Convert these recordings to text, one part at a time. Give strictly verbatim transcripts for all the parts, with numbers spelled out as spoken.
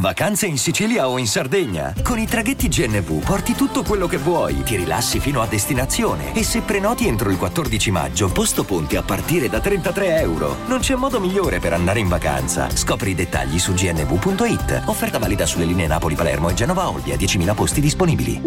Vacanze in Sicilia o in Sardegna? Con i traghetti G N V porti tutto quello che vuoi, ti rilassi fino a destinazione e se prenoti entro il quattordici maggio, posto ponti a partire da trentatré euro. Non c'è modo migliore per andare in vacanza. Scopri i dettagli su g n v punto i t. Offerta valida sulle linee Napoli-Palermo e Genova-Olbia, diecimila posti disponibili.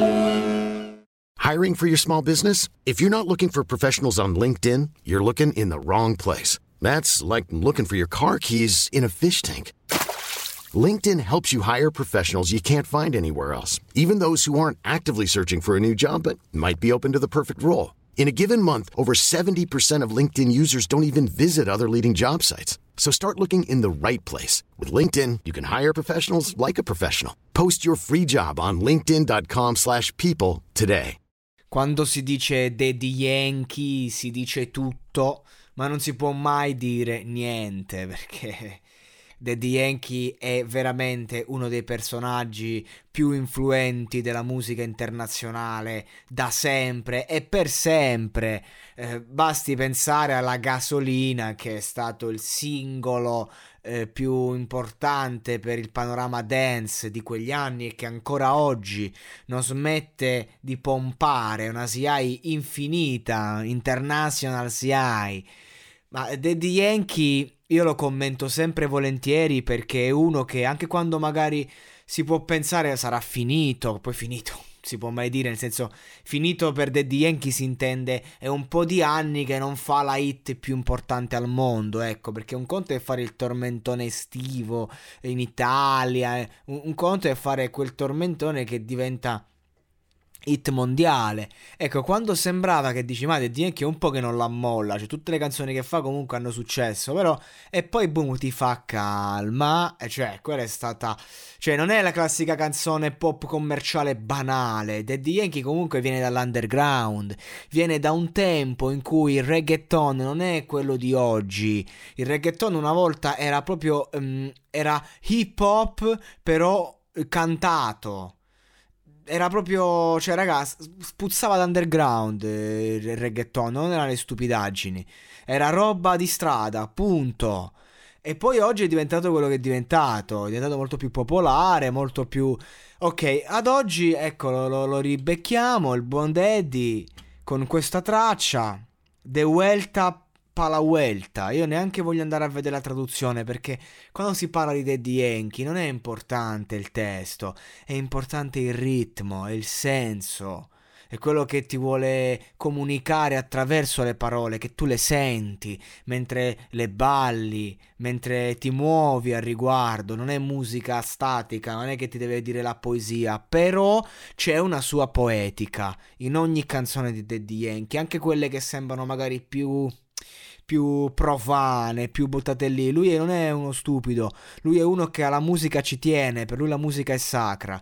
Hiring for your small business? If you're not looking for professionals on LinkedIn, you're looking in the wrong place. That's like looking for your car keys in a fish tank. LinkedIn helps you hire professionals you can't find anywhere else, even those who aren't actively searching for a new job but might be open to the perfect role. In a given month, over seventy percent of LinkedIn users don't even visit other leading job sites. So start looking in the right place. With LinkedIn, you can hire professionals like a professional. Post your free job on linkedin dot com slash people today. Quando si dice Daddy Yankee si dice tutto, ma non si può mai dire niente, perché Daddy Yankee è veramente uno dei personaggi più influenti della musica internazionale da sempre e per sempre. Eh, basti pensare alla Gasolina, che è stato il singolo eh, più importante per il panorama dance di quegli anni e che ancora oggi non smette di pompare una S I A I infinita, International S I A I. Ma Daddy Yankee io lo commento sempre volentieri perché è uno che anche quando magari si può pensare sarà finito, poi finito si può mai dire, nel senso finito per Daddy Yankee si intende è un po' di anni che non fa la hit più importante al mondo, ecco, perché un conto è fare il tormentone estivo in Italia, un, un conto è fare quel tormentone che diventa hit mondiale. Ecco, quando sembrava che dici ma Daddy Yankee è un po' che non la molla, cioè tutte le canzoni che fa comunque hanno successo, però e poi boom ti fa calma, e cioè quella è stata, cioè non è la classica canzone pop commerciale banale. Daddy Yankee comunque viene dall'underground, viene da un tempo in cui il reggaeton non è quello di oggi. Il reggaeton una volta era proprio um, era hip hop però cantato. Era proprio, cioè raga, spuzzava d'underground il reggaeton, non erano le stupidaggini, era roba di strada, punto. E poi oggi è diventato quello che è diventato, è diventato molto più popolare, molto più... Ok, ad oggi, ecco, lo, lo, lo ribecchiamo, il buon Daddy, con questa traccia, De Vuelta pa la Vuelta. Io neanche voglio andare a vedere la traduzione, perché quando si parla di Daddy Yankee non è importante il testo, è importante il ritmo, è il senso, è quello che ti vuole comunicare attraverso le parole, che tu le senti mentre le balli, mentre ti muovi al riguardo. Non è musica statica, non è che ti deve dire la poesia, però c'è una sua poetica in ogni canzone di Daddy Yankee, anche quelle che sembrano magari più... più profane, più buttate lì. Lui non è uno stupido, lui è uno che alla musica ci tiene, per lui la musica è sacra,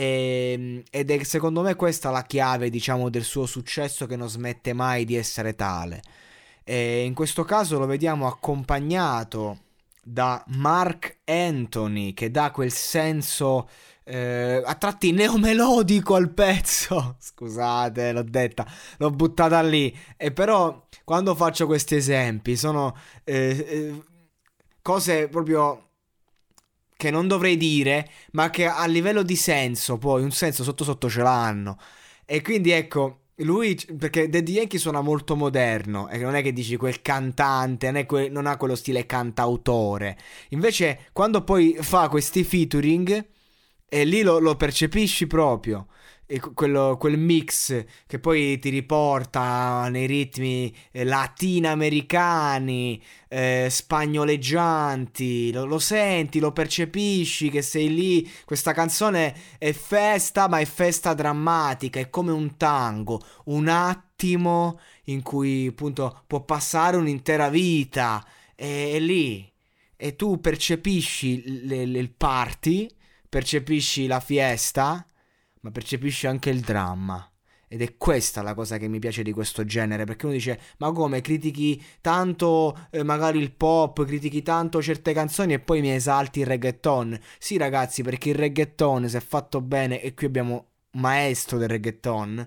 e, ed è secondo me questa la chiave, diciamo, del suo successo, che non smette mai di essere tale. E in questo caso lo vediamo accompagnato da Marc Anthony, che dà quel senso eh, a tratti neomelodico al pezzo. Scusate, l'ho detta, l'ho buttata lì. E però quando faccio questi esempi sono eh, eh, cose proprio che non dovrei dire, ma che a livello di senso poi un senso sotto sotto ce l'hanno. E quindi ecco, lui, perché Daddy Yankee suona molto moderno, e non è che dici quel cantante, non, è que- non ha quello stile cantautore. Invece quando poi fa questi featuring, e lì lo, lo percepisci proprio, e quello, quel mix che poi ti riporta nei ritmi eh, latinoamericani, eh, spagnoleggianti, lo, lo senti, lo percepisci che sei lì. Questa canzone è festa, ma è festa drammatica, è come un tango, un attimo in cui appunto può passare un'intera vita, e, e lì, e tu percepisci le, le, il party, percepisci la fiesta, ma percepisci anche il dramma. Ed è questa la cosa che mi piace di questo genere, perché uno dice ma come critichi tanto eh, magari il pop, critichi tanto certe canzoni e poi mi esalti il reggaeton. Sì ragazzi, perché il reggaeton, se fatto bene, e qui abbiamo un maestro del reggaeton,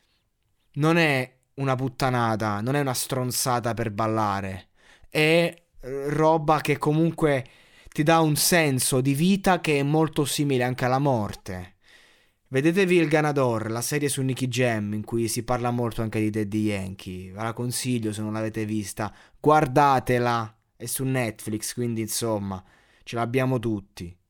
non è una puttanata, non è una stronzata per ballare, è roba che comunque ti dà un senso di vita che è molto simile anche alla morte. Vedetevi Il Ganador, la serie su Nicky Jam, in cui si parla molto anche di Daddy Yankee. Ve la consiglio se non l'avete vista. Guardatela, è su Netflix, quindi insomma ce l'abbiamo tutti.